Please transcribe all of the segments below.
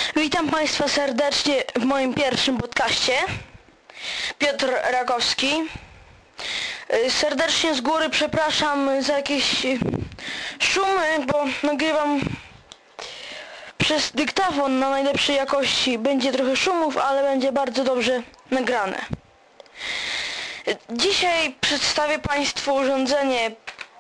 Witam Państwa serdecznie w moim pierwszym podcaście. Piotr Rakowski. Serdecznie z góry przepraszam za jakieś szumy, bo nagrywam przez dyktafon na najlepszej jakości. Będzie trochę szumów, ale będzie bardzo dobrze nagrane. Dzisiaj przedstawię Państwu urządzenie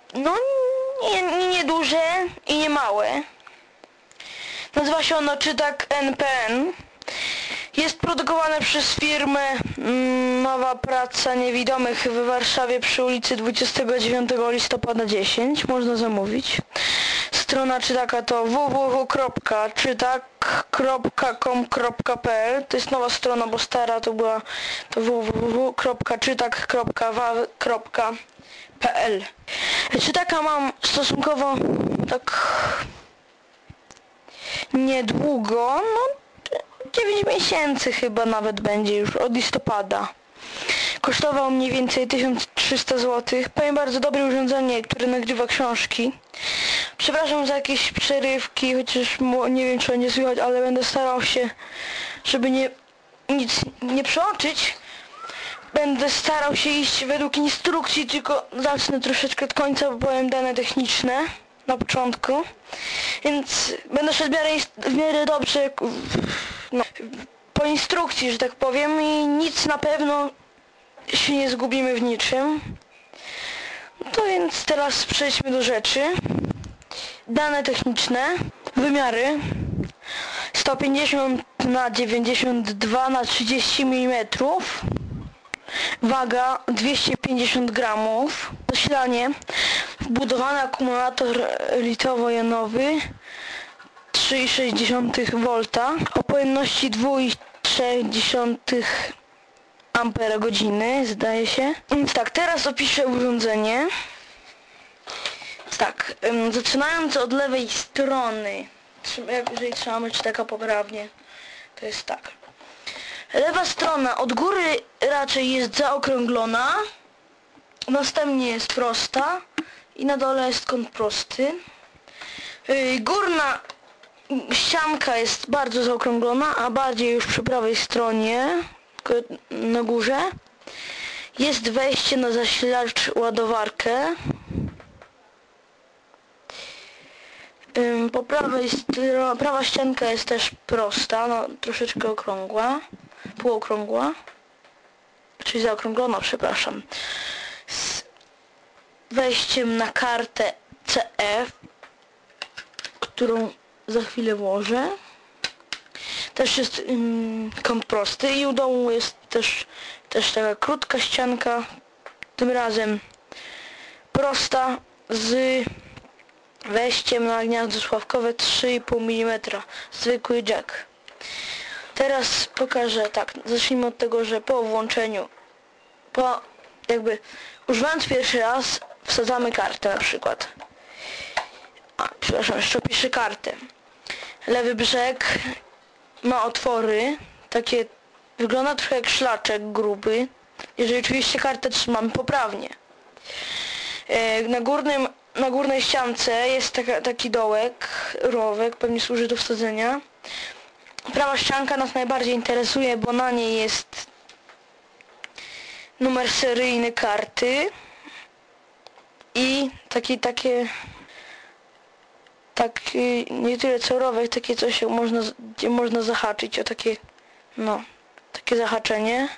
nie duże i nie małe. Nazywa się ono Czytak NPN. Jest produkowane przez firmę Nowa Praca Niewidomych w Warszawie przy ulicy 29 listopada 10. Można zamówić. Strona Czytaka to www.czytak.com.pl. To jest nowa strona, bo stara to była www.czytak.pl. Czytaka mam stosunkowo tak niedługo, 9 miesięcy chyba nawet będzie już, od listopada. Kosztował mniej więcej 1300 zł. Powiem, bardzo dobre urządzenie, które nagrywa książki. Przepraszam za jakieś przerywki, chociaż nie wiem, czy będzie słychać, ale będę starał się, żeby nic nie przeoczyć. Będę starał się iść według instrukcji, tylko zacznę troszeczkę od końca, bo powiem dane techniczne na początku. Więc będę szedł w miarę dobrze, po instrukcji, że tak powiem, i nic na pewno się nie zgubimy w niczym. To więc teraz przejdźmy do rzeczy. Dane techniczne, wymiary 150 na 92 na 30 mm, waga 250 gramów, zasilanie, wbudowany akumulator litowo-jonowy 3,6 V o pojemności 2,3 Ah, zdaje się. Więc tak, teraz opiszę urządzenie. Tak, zaczynając od lewej strony, jeżeli trzymamy Czytaka poprawnie, to jest tak. Lewa strona od góry raczej jest zaokrąglona, następnie jest prosta i na dole jest kąt prosty. Górna ścianka jest bardzo zaokrąglona, a bardziej już przy prawej stronie, na górze, jest wejście na zasilacz, ładowarkę. Po prawej prawa ścianka jest też prosta, troszeczkę okrągła, półokrągła, czyli zaokrąglona, przepraszam, z wejściem na kartę CF, którą za chwilę włożę. Też jest kąt prosty i u dołu jest też taka krótka ścianka, tym razem prosta, z wejściem na gniazdo słuchawkowe 3,5 mm, zwykły jack. Teraz pokażę, tak, zacznijmy od tego, że po włączeniu, używając pierwszy raz, wsadzamy kartę na przykład. Przepraszam, jeszcze opiszę kartę. Lewy brzeg ma otwory, takie, wygląda trochę jak szlaczek gruby, jeżeli oczywiście kartę trzymamy poprawnie. Na górnej ściance jest taki dołek, rowek, pewnie służy do wsadzenia. Prawa ścianka nas najbardziej interesuje, bo na niej jest numer seryjny karty i taki nie tyle co rowek, takie coś gdzie można zahaczyć o takie zahaczenie,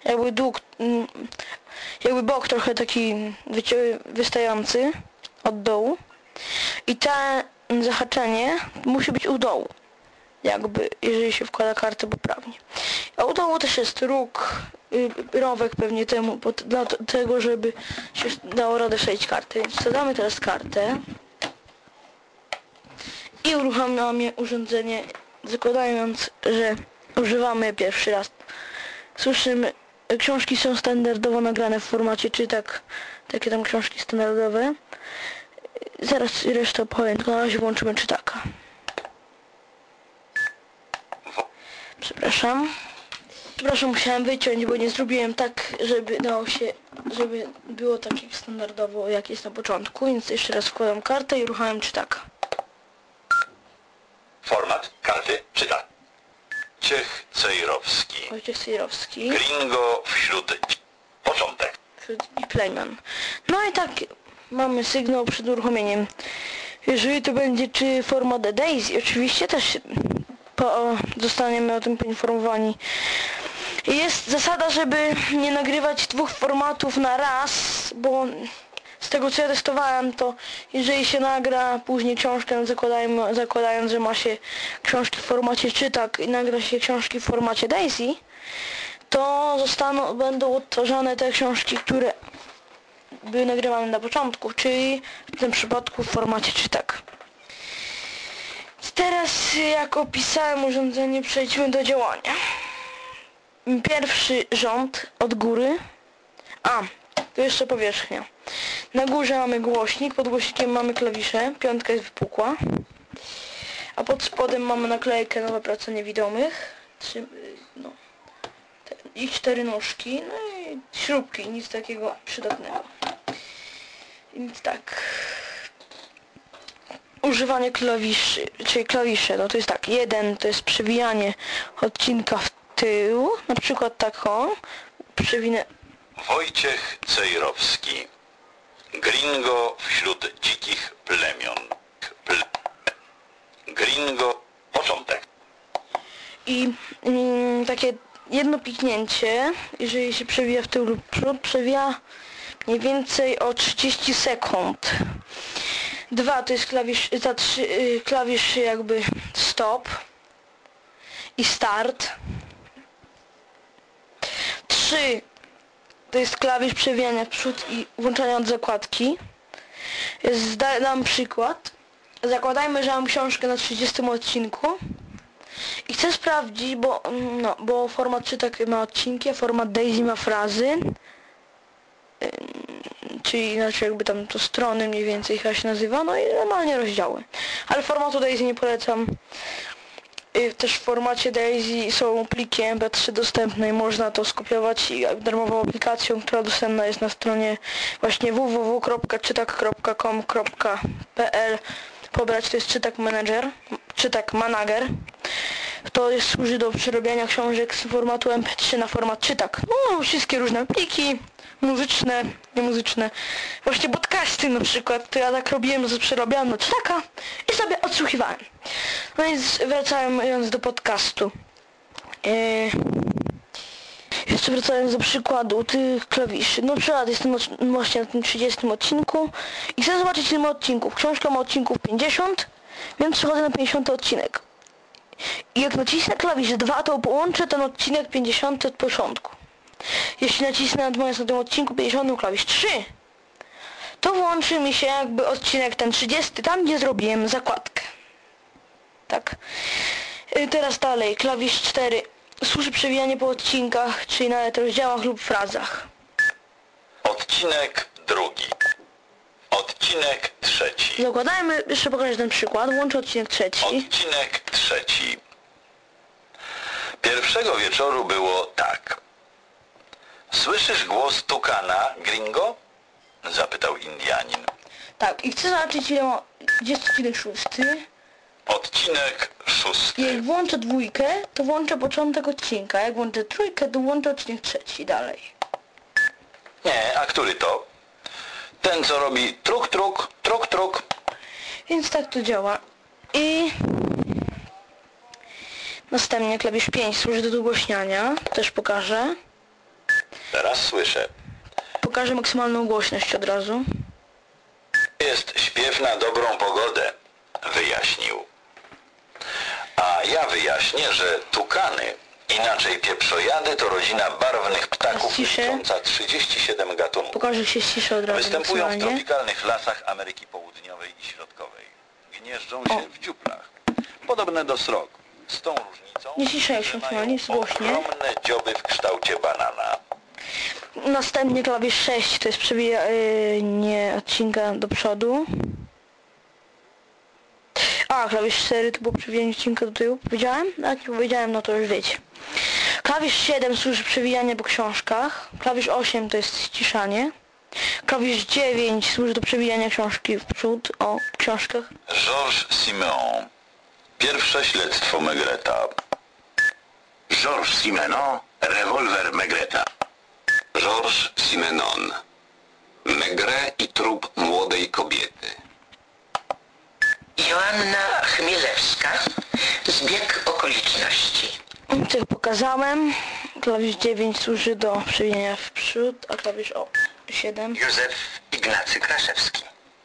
jakby bok trochę taki wystający od dołu, i to zahaczenie musi być u dołu, jeżeli się wkłada kartę poprawnie. A u dołu też jest róg, rowek pewnie dla tego, żeby się dało radę wsadzić kartę. Więc wsadzamy teraz kartę i uruchamiamy urządzenie, zakładając, że używamy pierwszy raz. Słyszymy, książki są standardowo nagrane w formacie Czytak, takie tam książki standardowe. Zaraz resztę opowiem, tylko na razie włączymy Czytaka. Przepraszam, musiałem wyciąć, bo nie zrobiłem tak, żeby było tak jak standardowo, jak jest na początku, więc jeszcze raz wkładam kartę i uruchamiam Czytaka. Format karty Czytak. Cejrowski. Wojciech Cejrowski. Gringo wśród... Początek. Wśród plemion. No i tak mamy sygnał przed uruchomieniem. Jeżeli to będzie czy format Daisy, oczywiście też zostaniemy o tym poinformowani. Jest zasada, żeby nie nagrywać dwóch formatów na raz, bo z tego co ja testowałem, to jeżeli się nagra później książkę, zakładając, że ma się książki w formacie czytak i nagra się książki w formacie Daisy, to będą odtwarzane te książki, które były nagrywane na początku, czyli w tym przypadku w formacie czytak. Teraz jak opisałem urządzenie, przejdźmy do działania. Pierwszy rząd od góry. Tu jeszcze powierzchnia. Na górze mamy głośnik, pod głośnikiem mamy klawisze, piątka jest wypukła. A pod spodem mamy naklejkę Nowa praca niewidomych. I 4 nóżki, no i śrubki, nic takiego przydatnego. Więc tak. Używanie klawiszy, czyli klawisze, no to jest tak, 1 to jest przewijanie odcinka w tył, na przykład taką, przewinę... Wojciech Cejrowski. Gringo wśród dzikich plemion. Gringo... Początek. I takie jedno piknięcie, jeżeli się przewija w tył lub przód, przewija mniej więcej o 30 sekund. 2 to jest klawisz jakby stop i start. 3 to jest klawisz przewijania w przód i włączania od zakładki. Dam przykład. Zakładajmy, że mam książkę na 30 odcinku i chcę sprawdzić, bo format czytak ma odcinki, a format Daisy ma frazy, czyli inaczej jakby tam to strony mniej więcej chyba się nazywa, no i normalnie rozdziały. Ale formatu Daisy nie polecam. Też w formacie Daisy są pliki MP3 dostępne i można to skopiować i darmową aplikacją, która dostępna jest na stronie właśnie www.czytak.com.pl. Pobrać, to jest Czytak Manager, Czytak Manager. To służy do przerabiania książek z formatu MP3 na format czytak. No, wszystkie różne pliki, muzyczne, niemuzyczne. Właśnie podcasty na przykład, to ja tak robiłem, że przerabiałem na czytaka i sobie odsłuchiwałem. No więc wracając do podcastu. Jeszcze wracając do przykładu tych klawiszy. No przykład jestem właśnie na tym 30 odcinku i chcę zobaczyć ile ma odcinków. Książka ma odcinków 50, więc przechodzę na 50 odcinek. I jak nacisnę klawisz 2, to połączę ten odcinek 50 od początku. Jeśli nacisnę natomiast na tym odcinku 50 klawisz 3, to włączy mi się jakby odcinek ten 30, tam gdzie zrobiłem zakładkę. Tak. Teraz dalej, klawisz 4 służy przewijanie po odcinkach, czyli nawet rozdziałach lub frazach. Odcinek drugi. Odcinek trzeci. Zakładajmy, jeszcze pokażę ten przykład, włączę odcinek trzeci. Odcinek trzeci. Pierwszego wieczoru było tak. Słyszysz głos tukana, Gringo? Zapytał Indianin. Tak, i chcę zobaczyć ile ma... Gdzie jest odcinek 6? Odcinek szósty. Jak włączę 2, to włączę początek odcinka. Jak włączę 3, to włączę odcinek 3 dalej. Nie, a który to? Ten co robi truk, truk, truk, truk. Więc tak to działa. I następnie klawisz 5 służy do dogłośniania. Też pokażę. Teraz słyszę. Pokażę maksymalną głośność od razu. Jest śpiew na dobrą pogodę, wyjaśnił. A ja wyjaśnię, że tukany, inaczej pieprzojady, to rodzina barwnych ptaków licząca 37 gatunków. Pokażę, jak się ściszę od razu. Występują w tropikalnych lasach Ameryki Południowej i Środkowej. Gnieżdżą się w dziuplach, podobne do srok, z tą różnicą, Nie ciszej się, że nie mają jest głośnie. ogromne dzioby w kształcie banana. Następnie klawisz 6 to jest przewijanie odcinka do przodu. A, klawisz 4 to było przewijanie odcinka do tyłu, powiedziałem? Jak nie powiedziałem, no to już wiecie. Klawisz 7 służy przewijanie po książkach. Klawisz 8 to jest ściszanie. Klawisz 9 służy do przewijania książki w przód, o książkach. Georges Simeon. Pierwsze śledztwo Megreta. Georges Simenon, rewolwer Megreta. Georges Simenon. Maigret i trup młodej kobiety. Joanna Chmielewska. Zbieg okoliczności. Tak pokazałem. Klawisz 9 służy do przewinienia w przód, a klawisz 7. Józef Ignacy Kraszewski.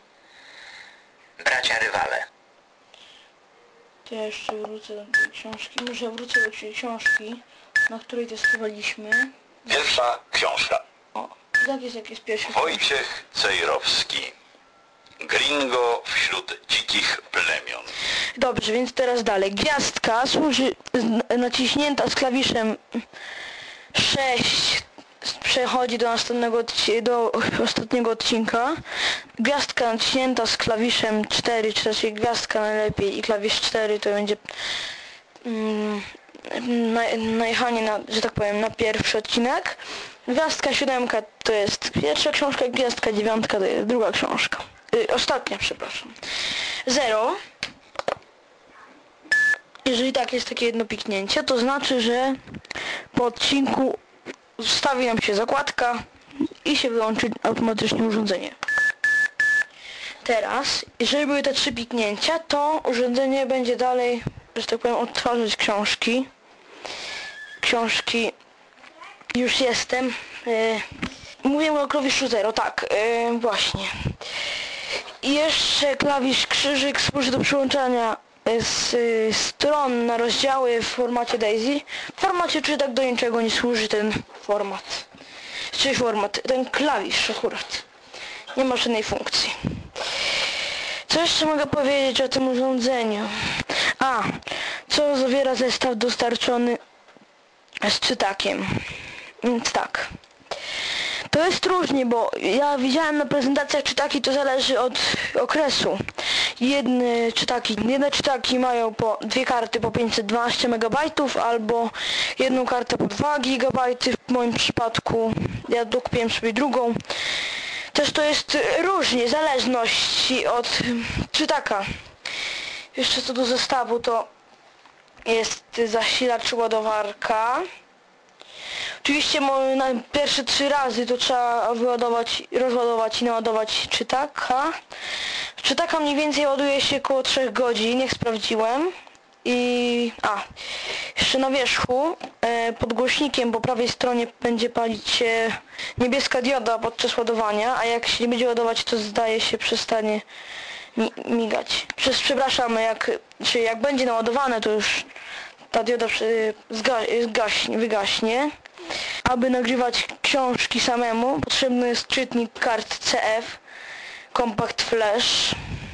Bracia rywale. To ja jeszcze wrócę do tej książki. Może wrócę do tej książki, na której testowaliśmy. Pierwsza książka. O, jak jest pierwsza. Wojciech Cejrowski. Gringo wśród dzikich plemion. Dobrze, więc teraz dalej. Gwiazdka służy naciśnięta z klawiszem 6 przechodzi do do ostatniego odcinka. Gwiazdka naciśnięta z klawiszem 4, czy raczej gwiazdka najlepiej i klawisz 4 to będzie najechanie na, że tak powiem, na pierwszy odcinek. Gwiazdka 7 to jest pierwsza książka, gwiazdka 9 to jest druga książka. Ostatnia, przepraszam. 0. Jeżeli tak jest takie jedno piknięcie, to znaczy, że po odcinku wstawi nam się zakładka i się wyłączy automatycznie urządzenie. Teraz, jeżeli były te 3 piknięcia, to urządzenie będzie dalej, że tak powiem, odtwarzać książki. Książki już jestem. Mówię o klawiszu 0, tak, właśnie. I jeszcze klawisz krzyżyk służy do przyłączania z stron na rozdziały w formacie Daisy. W formacie czytak do niczego nie służy ten format. Czyli ten klawisz akurat. Nie ma żadnej funkcji. Co jeszcze mogę powiedzieć o tym urządzeniu? Co zawiera zestaw dostarczony z czytakiem? Więc tak. To jest różnie, bo ja widziałem na prezentacjach czytaki, to zależy od okresu. Jedne czytaki mają po 2 karty po 512 MB albo jedną kartę po 2 GB w moim przypadku. Ja dokupiłem sobie drugą. Też to jest różnie, w zależności od czytaka. Jeszcze co do zestawu, to jest zasilacz, ładowarka. Oczywiście na pierwsze 3 razy to trzeba wyładować, rozładować i naładować czytaka. Czytaka mniej więcej ładuje się około 3 godzin, jak sprawdziłem. I jeszcze na wierzchu pod głośnikiem po prawej stronie będzie palić się niebieska dioda podczas ładowania, a jak się nie będzie ładować, to zdaje się przestanie migać. Przepraszam, jak będzie naładowane, to już ta dioda wygaśnie. Aby nagrywać książki samemu, potrzebny jest czytnik kart CF, Compact Flash,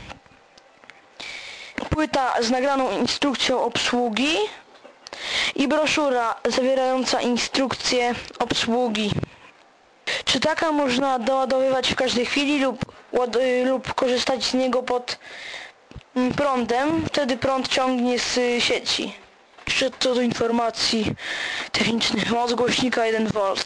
płyta z nagraną instrukcją obsługi i broszura zawierająca instrukcję obsługi. Czytaka można doładowywać w każdej chwili lub korzystać z niego pod prądem, wtedy prąd ciągnie z sieci. Jeszcze co do informacji technicznych, moc głośnika 1 V.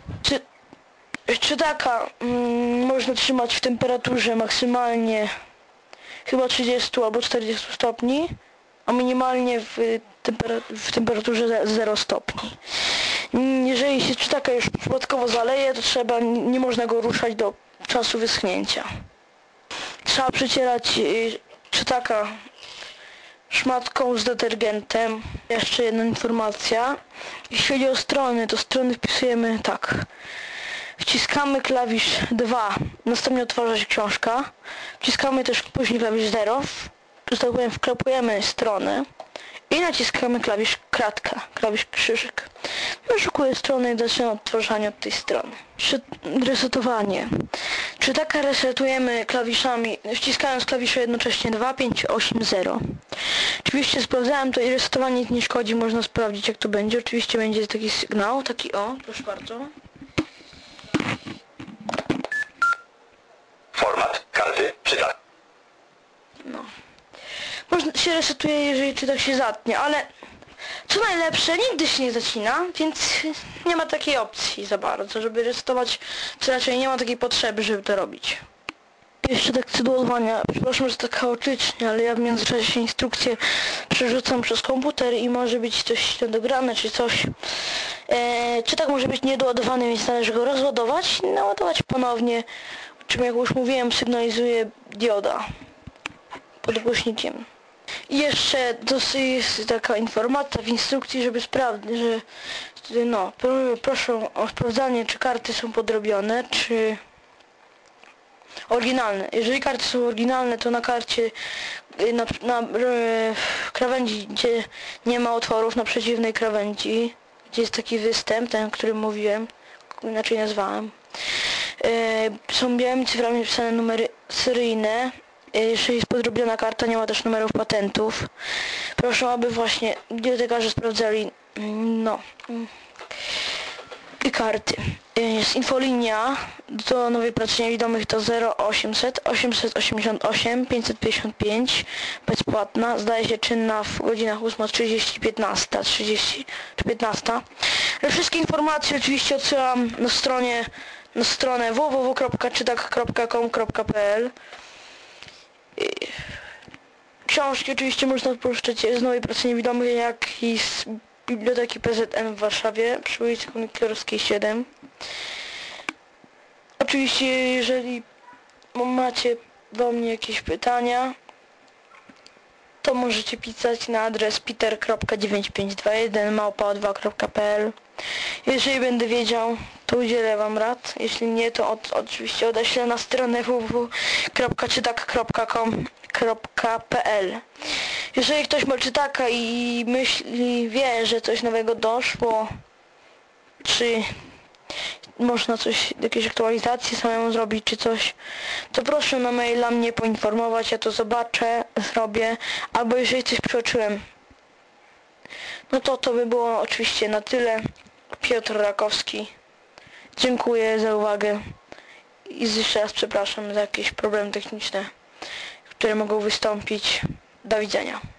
Czytaka można trzymać w temperaturze maksymalnie chyba 30 albo 40 stopni, a minimalnie w temperaturze 0 stopni. Jeżeli się czytaka już przypadkowo zaleje, to nie można go ruszać do czasu wyschnięcia. Trzeba przecierać czytaka szmatką z detergentem. Jeszcze jedna informacja. Jeśli chodzi o strony, to strony wpisujemy tak. Wciskamy klawisz 2, następnie otwarza się książka. Wciskamy też później klawisz 0, że tak powiem wklepujemy stronę i naciskamy klawisz kratka, klawisz krzyżyk. Wyszukuję stronę i zaczynam odtwarzanie od tej strony. Resetowanie. Czytaka resetujemy klawiszami, wciskając klawisze jednocześnie 2, 5, 8, 0. Oczywiście sprawdzałem to i resetowanie nie szkodzi, można sprawdzić jak to będzie. Oczywiście będzie taki sygnał, proszę bardzo. Format karty czytak. Można się resetuje, jeżeli czytak się zatnie, ale co najlepsze, nigdy się nie zacina, więc nie ma takiej opcji za bardzo, żeby resetować, czy raczej nie ma takiej potrzeby, żeby to robić. Jeszcze tak co do ładowania, przepraszam, że tak chaotycznie, ale ja w międzyczasie instrukcję przerzucam przez komputer i może być coś niedograne czy coś. Czy tak może być niedoładowany, więc należy go rozładować i naładować ponownie, o czym jak już mówiłem sygnalizuje dioda pod głośnikiem. I jeszcze jest taka informacja w instrukcji, żeby sprawdzić, że no, proszę o sprawdzanie, czy karty są podrobione, czy oryginalne. Jeżeli karty są oryginalne, to na karcie na krawędzi, gdzie nie ma otworów, na przeciwnej krawędzi, gdzie jest taki występ, ten, o którym mówiłem, inaczej nazwałem, są białymi cyframi wpisane numery seryjne. Jeżeli jest podrobiona karta, nie ma też numerów patentów. Proszę, aby właśnie bibliotekarze sprawdzali i karty. Jest infolinia do nowej pracy niewidomych to 0800 888 555, bezpłatna, zdaje się czynna w godzinach 8:30, 15:30 czy 15. Ale wszystkie informacje oczywiście odsyłam na stronę www.czytak.com.pl. Książki oczywiście można pożyczyć z nowej pracy niewidomych, jak i z Biblioteki PZN w Warszawie przy ulicy Koniklorskiej 7. Oczywiście jeżeli macie do mnie jakieś pytania, to możecie pisać na adres peter.9521@o2.pl. Jeżeli będę wiedział, to udzielę wam rad. Jeśli nie, to oczywiście odeślę na stronę www.czytak.com.pl. Jeżeli ktoś ma czytaka i wie, że coś nowego doszło, czy można coś, jakieś aktualizacje samemu zrobić, czy coś, to proszę na maila mnie poinformować, ja to zobaczę, zrobię, albo jeżeli coś przeoczyłem, no to by było oczywiście na tyle. Piotr Rakowski. Dziękuję za uwagę i jeszcze raz przepraszam za jakieś problemy techniczne, które mogą wystąpić. Do widzenia.